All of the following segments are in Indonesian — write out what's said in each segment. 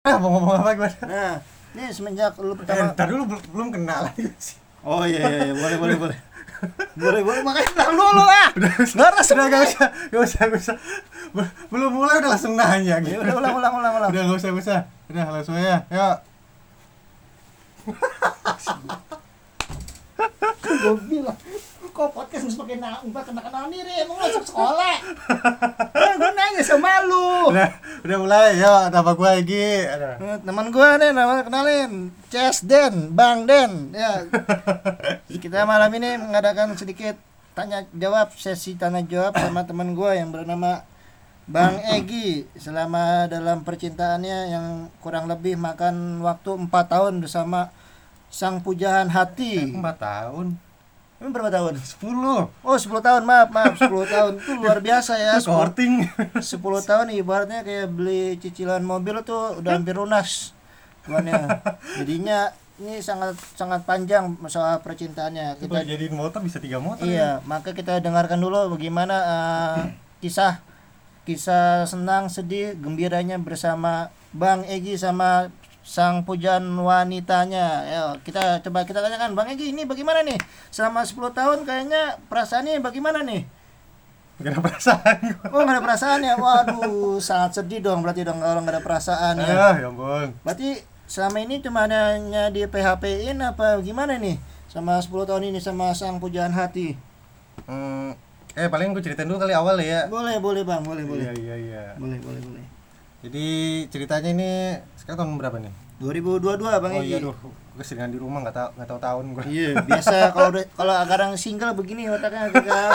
Mau ngomong apa gimana? Nah, ini semenjak lu pertama. Ntar dulu belum kenal lagi sih. Oh iya, boleh. Boleh, makanya bilang dulu lah. Ngeres Udah gak usah. Belum mulai udah langsung nanya Ya gitu. udah ulang. Udah gak usah. Udah langsung aja. Yuk. Gue bilang, kok podcast mesti pakai kenal diri, emang lu masuk sekolah. Gue nanya sama lu. Udah mulai. Yuk, nama gue Egi. Teman gue nih, namanya kenalin, Bang Den. Ya, kita malam ini mengadakan sedikit sesi tanya jawab sama teman gue yang bernama Bang Egi. Selama dalam percintaannya yang kurang lebih makan waktu 4 tahun bersama sang pujaan hati. 4 tahun. Ini berapa tahun? 10. Oh 10 tahun, maaf 10 tahun itu luar biasa ya. 10 Korting. tahun ibaratnya kayak beli cicilan mobil tuh udah hampir lunas uangnya. Jadinya ini sangat panjang soal percintaannya. Kita jadiin motor bisa 3 motor. Iya, maka kita dengarkan dulu bagaimana kisah senang, sedih, gembiranya bersama Bang Egi sama sang pujaan wanitanya. Ya, kita tanyakan Bang Egi, ini bagaimana nih? Selama 10 tahun kayaknya perasaannya bagaimana nih? Gak ada perasaan. Oh, enggak ada perasaan ya. Waduh, sangat sedih dong berarti dong kalau enggak ada perasaan ya. Ya ampun. Berarti selama ini cuma hanya di PHP-in apa gimana nih? Sama 10 tahun ini sama sang pujaan hati. Paling gue ceritain dulu kali awal ya. Boleh Bang, boleh. Iya. Boleh. Jadi ceritanya ini sekarang tahun berapa nih? 2022 Bang Egi. Oh iya, keseringan di rumah nggak tahu tahun gue. Iya, biasa kalau agarang single begini otaknya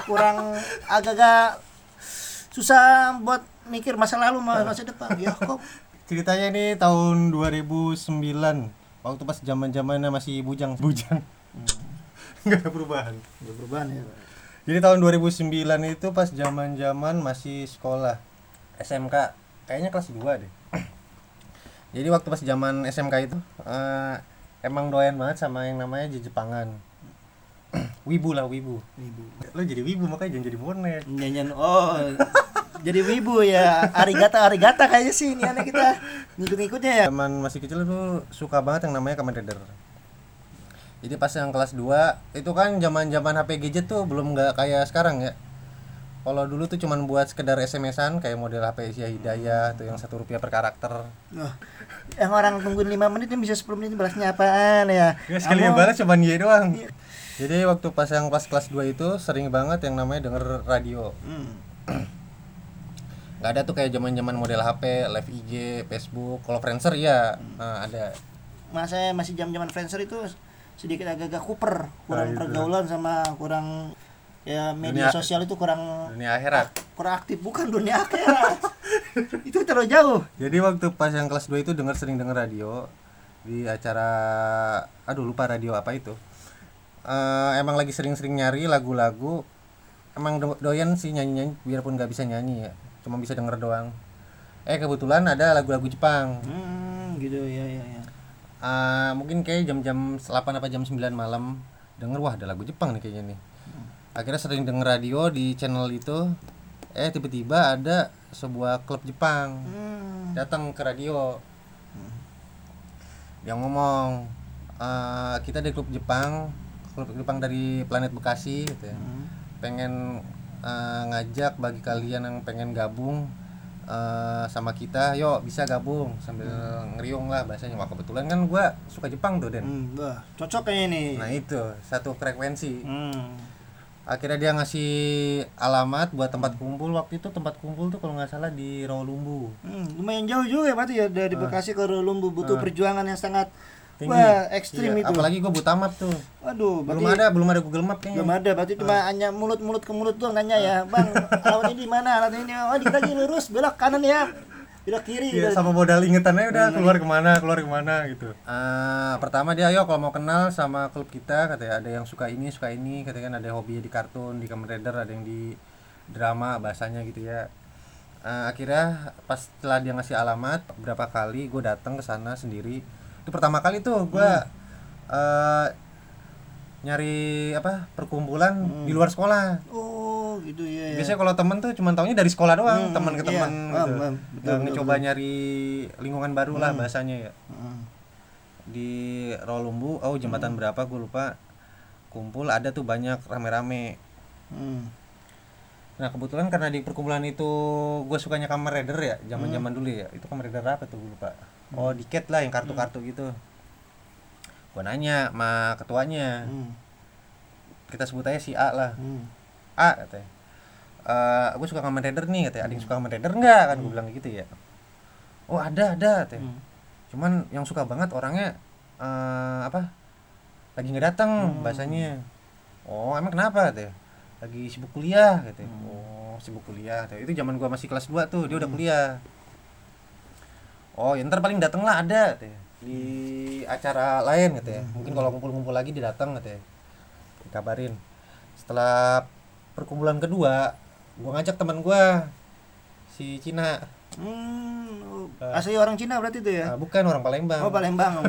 agak susah buat mikir masa lalu masa depan. Ya kok. Ceritanya ini tahun 2009, waktu pas zaman-zamannya masih bujang. Nggak ada perubahan. Udah perubahan ya. Jadi tahun 2009 itu pas zaman-zaman masih sekolah SMK, kayaknya kelas 2 deh. Jadi waktu pas zaman SMK itu emang doyan banget sama yang namanya Jepangan. Wibu. Lo jadi wibu makanya jangan jadi bonek. Nyanyian jadi wibu ya. Arigata kayaknya sih ini anak kita ngikut-ngikutnya ya. Zaman masih kecil tuh suka banget yang namanya Kamen Rider. Jadi pas yang kelas 2 itu kan zaman-zaman HP gadget tuh belum nggak kayak sekarang ya. Kalau dulu tuh cuman buat sekedar SMS-an kayak model HP Sia Hidayah tuh yang Rp1 per karakter. Yang orang tungguin 5 menit yang bisa 10 menit balasnya apaan ya? Ya sekali yang balas cuma dia doang. Jadi waktu pas kelas 2 itu sering banget yang namanya denger radio. Nggak ada tuh kayak zaman-zaman model HP, live IG, Facebook. Kalau Friendster ya ada. Masa masih zaman Friendster itu sedikit agak-agak kurang pergaulan sama kurang ya media sosial itu kurang dunia akhirat. Kurang aktif, bukan dunia akhirat. Itu terlalu jauh. Jadi waktu pas yang kelas 2 itu sering denger radio di acara lupa radio apa itu. Emang lagi sering-sering nyari lagu-lagu. Emang doyan sih nyanyi biarpun nggak bisa nyanyi ya. Cuma bisa denger doang. Kebetulan ada lagu-lagu Jepang. Gitu ya. Mungkin kayak jam 8 apa jam 9 malam denger wah ada lagu Jepang nih kayaknya nih. Akhirnya sering denger radio di channel itu. Tiba-tiba ada sebuah klub Jepang datang ke radio. Dia ngomong kita dari klub Jepang dari planet Bekasi gitu ya. Pengen ngajak bagi kalian yang pengen gabung sama kita, yuk bisa gabung sambil ngeriung lah bahasanya. Wah kebetulan kan gue suka Jepang tuh Den. Cocok kayaknya nih. Nah itu satu frekuensi. Akhirnya dia ngasih alamat buat tempat kumpul. Waktu itu tempat kumpul tuh kalau nggak salah di Rawalumbu. Lumayan jauh juga ya berarti ya dari Bekasi ke Rawalumbu. Butuh perjuangan yang sangat tinggi. Wah ekstrim itu. Apalagi gue buta map tuh. Aduh, belum ada Google Map kayaknya. Belum ada, berarti cuma hanya mulut ke mulut doang nanya ya. Bang, alamatnya di mana? Alamatnya ini. Oh, dikit lagi lurus, belok kanan ya. Belok kiri. Iya, sama modal ingetannya udah keluar kemana gitu. Pertama dia kalau mau kenal sama klub kita katanya ada yang suka ini, katanya kan ada hobi di kartun, di Kamen Rider, ada yang di drama bahasanya gitu ya. Akhirnya pas setelah dia ngasih alamat berapa kali gue datang ke sana sendiri. Itu pertama kali tuh gue nyari perkumpulan di luar sekolah. Oh gitu ya. Biasanya kalau temen tuh cuma taunya dari sekolah doang, teman ke iya. teman gitu. Betul, Ngecoba nyari lingkungan baru lah bahasanya ya. Hmm. Di Rawalumbu, jembatan berapa gue lupa. Kumpul ada tuh banyak rame-rame. Hmm. Nah kebetulan karena di perkumpulan itu gue sukanya Kamen Rider ya, zaman-zaman dulu ya. Itu Kamen Rider apa tuh gue lupa. Oh Diket lah yang kartu-kartu gitu. Gue nanya sama ketuanya, kita sebut aja si A lah. A katanya, gue suka Kamen Rider nih katanya. Ada yang suka Kamen Rider enggak kan, gue bilang gitu ya. Oh ada katanya. Cuman yang suka banget orangnya lagi nggak datang bahasanya. Oh emang kenapa katanya? Lagi sibuk kuliah katanya. Oh sibuk kuliah katanya. Itu zaman gua masih kelas 2 tuh, dia udah kuliah. Oh ya ntar paling dateng lah ada katanya. Di acara lain katanya. Mungkin kalau kumpul-kumpul lagi dia datang katanya. Dikabarin. Setelah perkumpulan kedua, gua ngajak teman gua si Cina. Asli orang Cina berarti itu ya? Bukan, orang Palembang. Oh Palembang.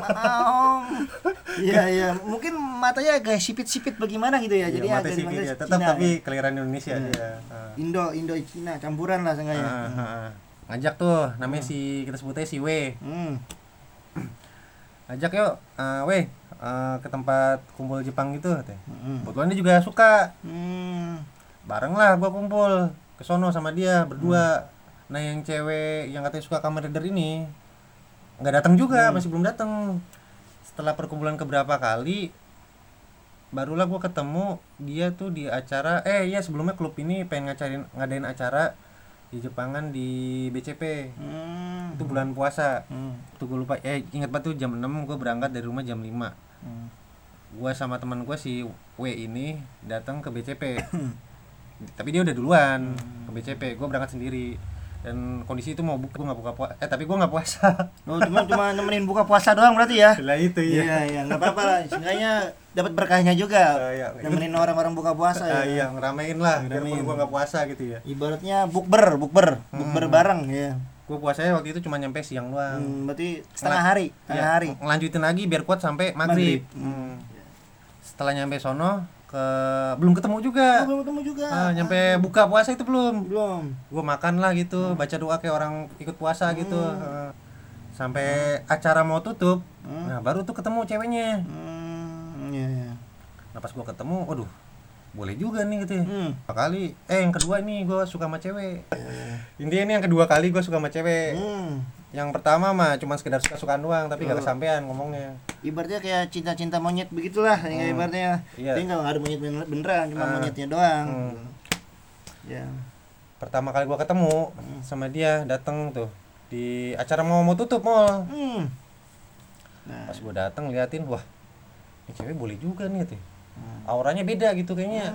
Iya. Mungkin matanya agak sipit-sipit bagaimana gitu ya. Jadi mata agak sipit ya. Tetap Cina, tapi kelahiran Indonesia dia. Indo Cina campuran lah sengaja. Ngajak tuh, namanya kita sebutnya si W. Ajak yuk, ke tempat kumpul Jepang gitu katanya. Kebetulan dia juga suka. Bareng lah gua kumpul ke sono sama dia berdua. Nah yang cewek yang katanya suka Kamen Rider ini nggak datang juga, masih belum datang. Setelah perkumpulan keberapa kali barulah gua ketemu dia tuh di acara. Iya sebelumnya klub ini pengen ngadain acara di Jepangan di BCP. Itu bulan puasa. Tuh gue lupa. Ingat banget tuh jam 6 gue berangkat dari rumah jam 5. Gue sama teman gue si W ini datang ke BCP. Tapi dia udah duluan ke BCP. Gue berangkat sendiri. Dan kondisi itu mau buka, gue nggak buka puasa. Tapi gue nggak puasa. Oh cuma nemenin buka puasa doang berarti ya? Lah itu ya. Iya nggak apa-apa lah. Seenggaknya dapat berkahnya juga. Nemenin orang-orang buka puasa ya. Iya ngeramein lah. Biarpun gue nggak puasa gitu ya. Ibaratnya bukber bareng ya. Gue puasanya waktu itu cuma nyampe siang doang. Berarti setengah hari. Ngelanjutin lagi biar kuat sampai maghrib. Setelah nyampe sono belum ketemu juga. Belum ketemu juga. Nyampe buka puasa itu belum. Belum. Gue makan lah gitu, baca doa kayak orang ikut puasa gitu. Sampai acara mau tutup. Nah, baru tuh ketemu ceweknya. Iya. Nah, pas gue ketemu, waduh, boleh juga nih gitu ya. Kali, yang kedua nih gue suka sama cewek. Intinya ini yang kedua kali gue suka sama cewek. Yang pertama mah cuma sekedar suka-sukaan doang, tapi gak kesampean ngomongnya. Ibaratnya kayak cinta-cinta monyet begitulah, ibaratnya. Iya. Dia nggak ada monyet beneran, cuma monyetnya doang. Ya. Pertama kali gue ketemu sama dia, datang tuh di acara mau tutup mall. Nah. Pas gue datang liatin, wah, ini cewek boleh juga nih gitu. Auranya beda gitu kayaknya.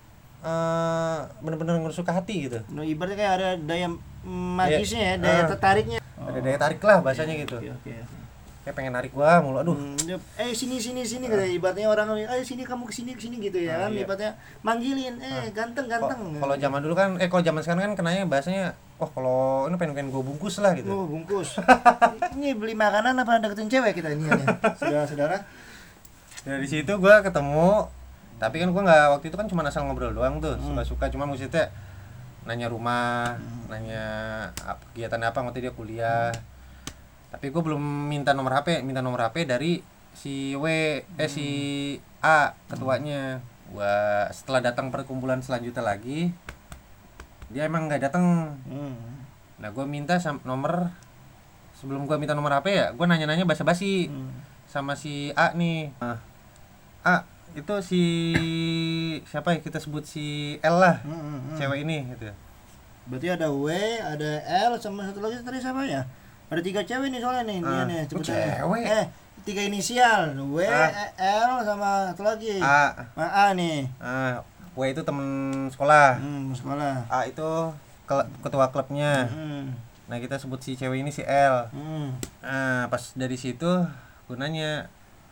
Bener-bener ngerusuk ke hati gitu. Nah, ibaratnya kayak ada daya magisnya ya, daya tertariknya. Ada daya tarik lah bahasanya gitu. Oke. Kayak pengen narik gua mulu, aduh. Sini kata ibaratnya orang sini kamu kesini gitu ya kan. Iya. Ibaratnya manggilin, ganteng. Kalau zaman dulu kan, kalau zaman sekarang kan kenanya bahasanya, wah kalau ini pengen gua bungkus lah gitu. Oh, bungkus. Ini beli makanan apa deketin cewek kita ini ya. Saudara-saudara. Dari situ gua ketemu, tapi kan gua nggak, waktu itu kan cuma asal ngobrol doang tuh, suka-suka, cuma maksudnya nanya rumah, nanya kegiatan apa, waktu dia kuliah. Tapi gue belum minta nomor HP dari si si A ketuanya. Gua setelah datang perkumpulan selanjutnya lagi, dia emang nggak datang. Nah gue minta nomor, sebelum gue minta nomor HP ya, gue nanya-nanya basa-basi sama si A nih. A itu si siapa ya, kita sebut si L lah, cewek ini gitu. Berarti ada W, ada L, sama satu lagi tadi siapa ya? Ada 3 cewek nih soalnya nih, dia nih cewek. 3 inisial, W, L, sama satu lagi A nih. W itu temen sekolah. Sekolah. A itu ketua klubnya. Nah kita sebut si cewek ini si L. Pas dari situ gue nanya,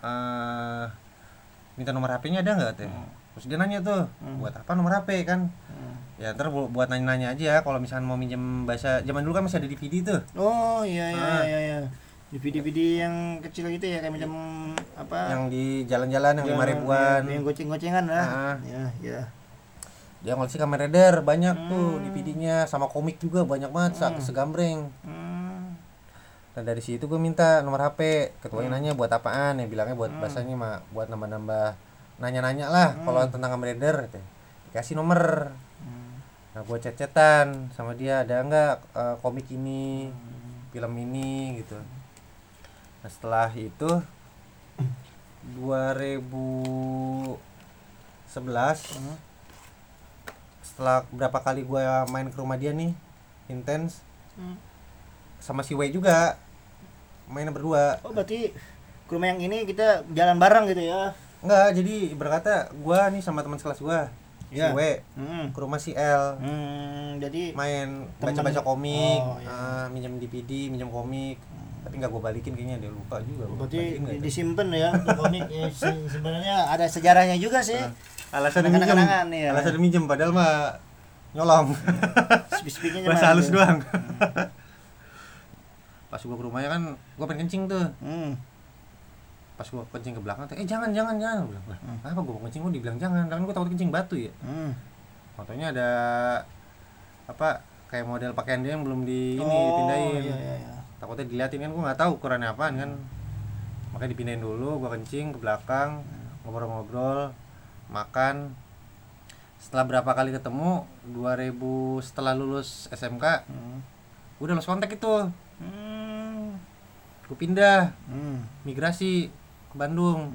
minta nomor HP-nya ada nggak teh? Terus dia nanya tuh, buat apa nomor HP kan? Ya ntar buat nanya-nanya aja kalau misalkan mau minjem bahasa. Zaman dulu kan masih ada DVD tuh. Oh iya. DVD yang kecil gitu ya, kayak macam apa? Yang di jalan-jalan yang 5 ribuan. Yang goceng-gocengan lah. Iya. Dia ngoleksi Kamen Rider banyak tuh DVD-nya, sama komik juga banyak banget, segambreng. Nah dari situ gue minta nomor HP, ketuanya nanya buat apaan, ya bilangnya buat bahasanya mah buat nambah-nambah, nanya-nanya lah kalau tentang Kamen Rider gitu. Dikasih nomor. Nah gue chat-chatan sama dia, ada nggak komik ini, film ini gitu. Nah setelah itu 2011, setelah berapa kali gue main ke rumah dia nih intens, sama si Wei juga mainnya berdua. Oh berarti ke rumah yang ini kita jalan bareng gitu ya? Enggak, jadi berkata gue nih sama teman sekelas gue, si Ya. Wei ke rumah si L, Jadi main Temen. baca-baca komik, Oh, iya. minjem DVD, minjem komik, tapi nggak gue balikin, kayaknya dia lupa juga. Gua berarti balikin nggak itu. disimpan ya untuk komik. Sebenarnya ada sejarahnya juga sih. Alasan minjem, Kenang-kenangan, iya. alasan minjem padahal mah nyolong. Speak-speaknya Bahasa halus gitu. doang. Pas gua ke rumahnya kan gua pengen kencing tuh. Pas gua kencing ke belakang, jangan gua bilang, lah kenapa gua mau kencing, gua dibilang jangan, kan gua takut kencing batu ya. Fotonya ada apa kayak model pakaian dia yang belum dipindahin. Iya. Takutnya diliatin kan, gua nggak tahu ukurannya apaan kan. Makanya dipindahin dulu, gua kencing ke belakang, ngobrol-ngobrol, makan. Setelah berapa kali ketemu, 2000 setelah lulus SMK, gua udah lost kontak itu. Gua pindah, migrasi ke Bandung,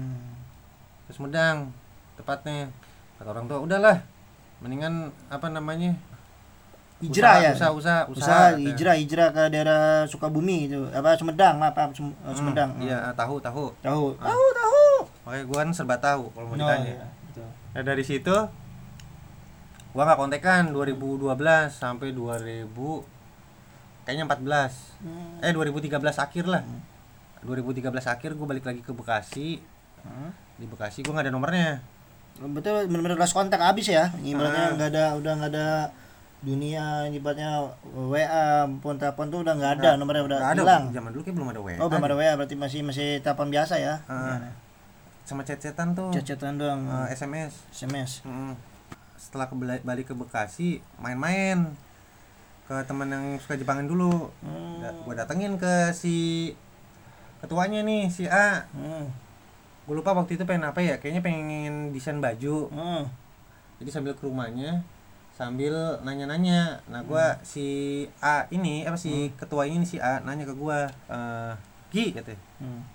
ke Sumedang tepatnya. Kata orang tua, udahlah mendingan apa namanya, Hijrah ya. usaha Hijrah ke daerah Sukabumi itu. Apa Sumedang, Sumedang. Iya, tahu Tahu. makanya gua kan serba tahu kalau mau Oh, ditanya. iya. Betul. Nah dari situ gua nggak kontekan 2012 sampai 2000 kayaknya 14, 2013 akhir lah. 2013 akhir gua balik lagi ke Bekasi. Di Bekasi gua nggak ada nomornya. Betul, benar-benar lost kontak habis ya. Ibaratnya udah nggak ada dunia, ibaratnya WA, telepon tuh udah nggak ada, nomornya udah Nggak ada, hilang. zaman dulu kayak belum ada WA. Oh, belum ada WA, berarti masih telepon biasa ya. Sama chat-chatan tuh, Chat-chatan doang. SMS. SMS. Setelah balik ke Bekasi, main-main ke teman yang suka Jepangan dulu. Gue datengin ke si ketuanya nih, si A. Gue lupa waktu itu pengen apa ya, kayaknya pengen desain baju. Jadi sambil ke rumahnya, sambil nanya-nanya. Nah gue si A ini, si ketua ini si A nanya ke gue, Gi katanya,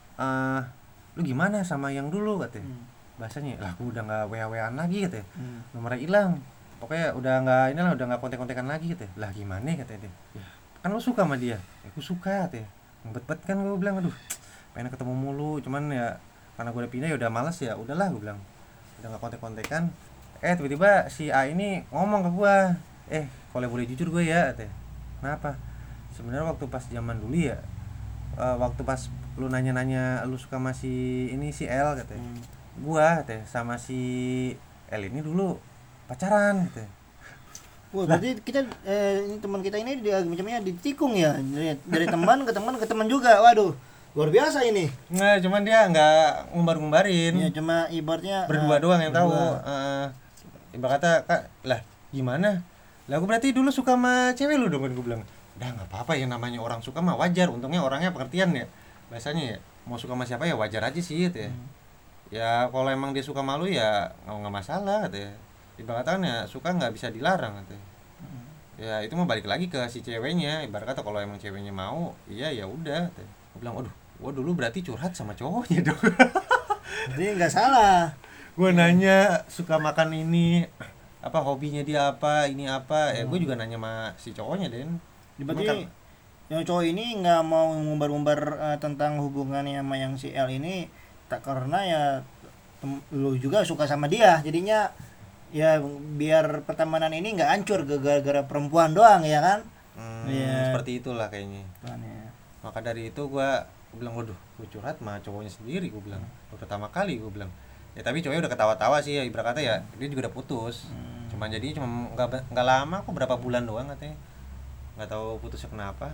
lu gimana sama yang dulu katanya. Bahasanya, lah gue udah nggak WA-WAan lagi katanya, nomornya hilang, pokoknya udah nggak kontek-kontekan lagi katanya. Lah gimana katanya dia, ya, kan lu suka sama dia. Ya gue suka katanya, ngebet-bet kan. Gue bilang aduh pengen ketemu mulu, cuman ya karena gue udah pindah ya udah malas, ya udahlah gue bilang, udah nggak kontek-kontekan. Tiba-tiba si A ini ngomong ke gue, kalau boleh jujur gue ya katanya. Kenapa? Sebenarnya waktu pas zaman dulu ya, waktu pas lu nanya-nanya lu suka sama si ini si L katanya, gua katanya sama si L ini dulu pacaran katanya. Wah, berarti kita ini teman kita ini dia macamnya ditikung ya. Dari teman ke teman juga. Waduh, luar biasa ini. Nggak, cuman dia nggak ngumbar-ngumbarin. Ya cuma ibaratnya Berdua doang yang tahu. Ibarat kata, Kak, lah gimana? Lah aku berarti dulu suka sama cewek lu dong, kan gue bilang. Udah nggak apa-apa, yang namanya orang suka mah wajar. Untungnya orangnya pengertian ya. Biasanya ya, mau suka sama siapa ya wajar aja sih gitu ya. Ya kalau emang dia suka malu ya nggak masalah katanya. Ibarat kata ya suka nggak bisa dilarang katanya. Ya itu mah balik lagi ke si ceweknya. Ibarat kata kalau emang ceweknya mau, iya ya udah. Gue bilang, aduh, gua dulu berarti curhat sama cowoknya dong. Jadi nggak salah. Gue nanya suka makan ini, apa hobinya dia apa, ini apa. Gue juga nanya sama si cowoknya Den. Berarti yang cowok ini nggak mau ngumbar-ngumbar tentang hubungannya sama yang si L ini, tak karena ya lu juga suka sama dia, jadinya ya biar pertemanan ini nggak hancur gara-gara perempuan doang ya kan. Seperti itulah kayaknya. Maka dari itu gue bilang, waduh, gue curhat sama cowoknya sendiri. Gue bilang, pertama kali gue bilang. Ya tapi cowoknya udah ketawa-tawa sih ya, ibarat kata ya dia juga udah putus. Cuman jadi cuma nggak lama kok, berapa bulan doang katanya. Nggak tahu putusnya kenapa.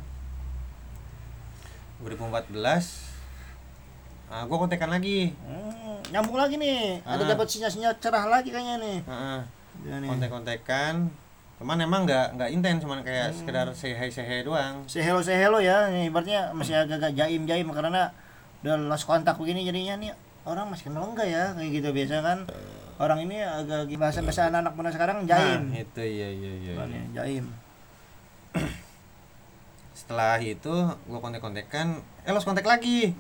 2014 gue kontekan lagi. Nyambung lagi nih, ada dapat sinyal-sinyal cerah lagi kayaknya nih. Ya, nih. kontek-kontekan, cuman emang nggak intens, cuman kayak sekedar say hi doang. Say hello ya, ini ibaratnya masih agak-agak jaim karena udah lost kontak begini jadinya nih orang masih kenal enggak ya kayak gitu biasa kan. Orang ini agak bahasa anak muda sekarang jaim. Nah, itu iya. Jaim. Setelah itu gua kontek-kontekan, lost kontak lagi.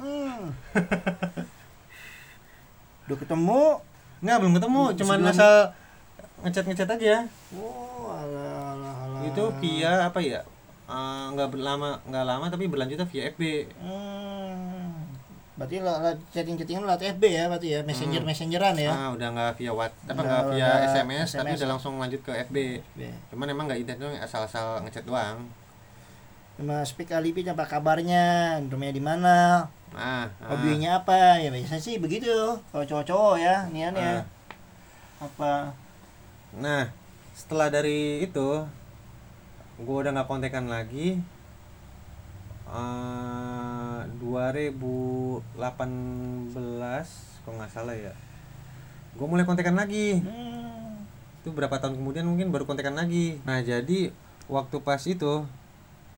Udah ketemu. Nggak, belum ketemu, cuman Sebelum- asal ngechat aja. Oh, alah. Itu via apa ya? Nggak lama tapi berlanjutnya via FB. Berarti chatting-chattingan lewat FB ya, berarti ya, messengeran ya. Udah nggak via WhatsApp, Udah- nggak via udah SMS, tapi SMS. udah langsung lanjut ke FB. Cuman emang nggak intens doang, asal ngechat doang. Cuma speak alibi apa kabarnya, rumahnya di mana, hobinya apa, ya biasa sih begitu. Kalau cowok-cowok ya, niannya. Apa? Nah, setelah dari itu gue udah nggak kontekan lagi. 2018 kalau nggak salah ya, gue mulai kontekan lagi. Itu berapa tahun kemudian mungkin baru kontekan lagi. Nah, jadi waktu pas itu